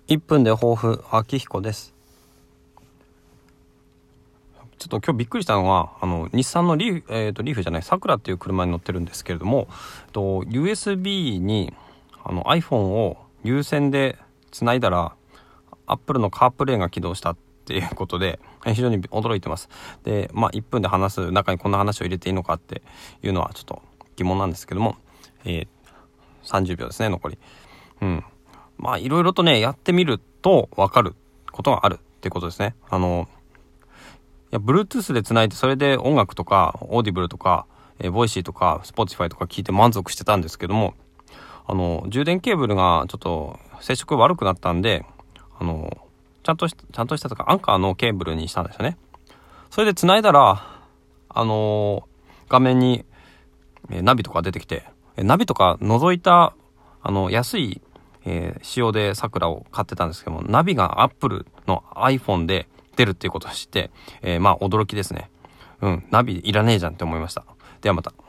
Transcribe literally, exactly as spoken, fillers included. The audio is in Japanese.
いっぷんで抱負、秋彦です。ちょっと今日びっくりしたのは、あの日産のリーフ、えーと、リーフじゃない、サクラっていう車に乗ってるんですけれども、と ユーエスビー にあの iPhone を有線でつないだら Apple のカープレイが起動したっていうことで非常に驚いてます。で、まあいっぷんで話す中にこんな話を入れていいのかっていうのはちょっと疑問なんですけども、えー、さんじゅうびょうですね、残り。うんまあいろいろとねやってみると分かることがあるっていうことですね。あのいや Bluetooth でつないでそれで音楽とかオーディブルとか、えー、ボイシーとか Spotify とか聞いて満足してたんですけども、あの充電ケーブルがちょっと接触悪くなったんで、あのちゃんとしちゃんとしたとかアンカーのケーブルにしたんですよね。それでつないだらあの画面に、えー、ナビとか出てきて、ナビとか覗いたあの安いえー、仕様でサクラを買ってたんですけども、ナビがアップルの iPhone で出るっていうことを知って、えー、まあ驚きですね。うん、ナビいらねえじゃんって思いました。ではまた。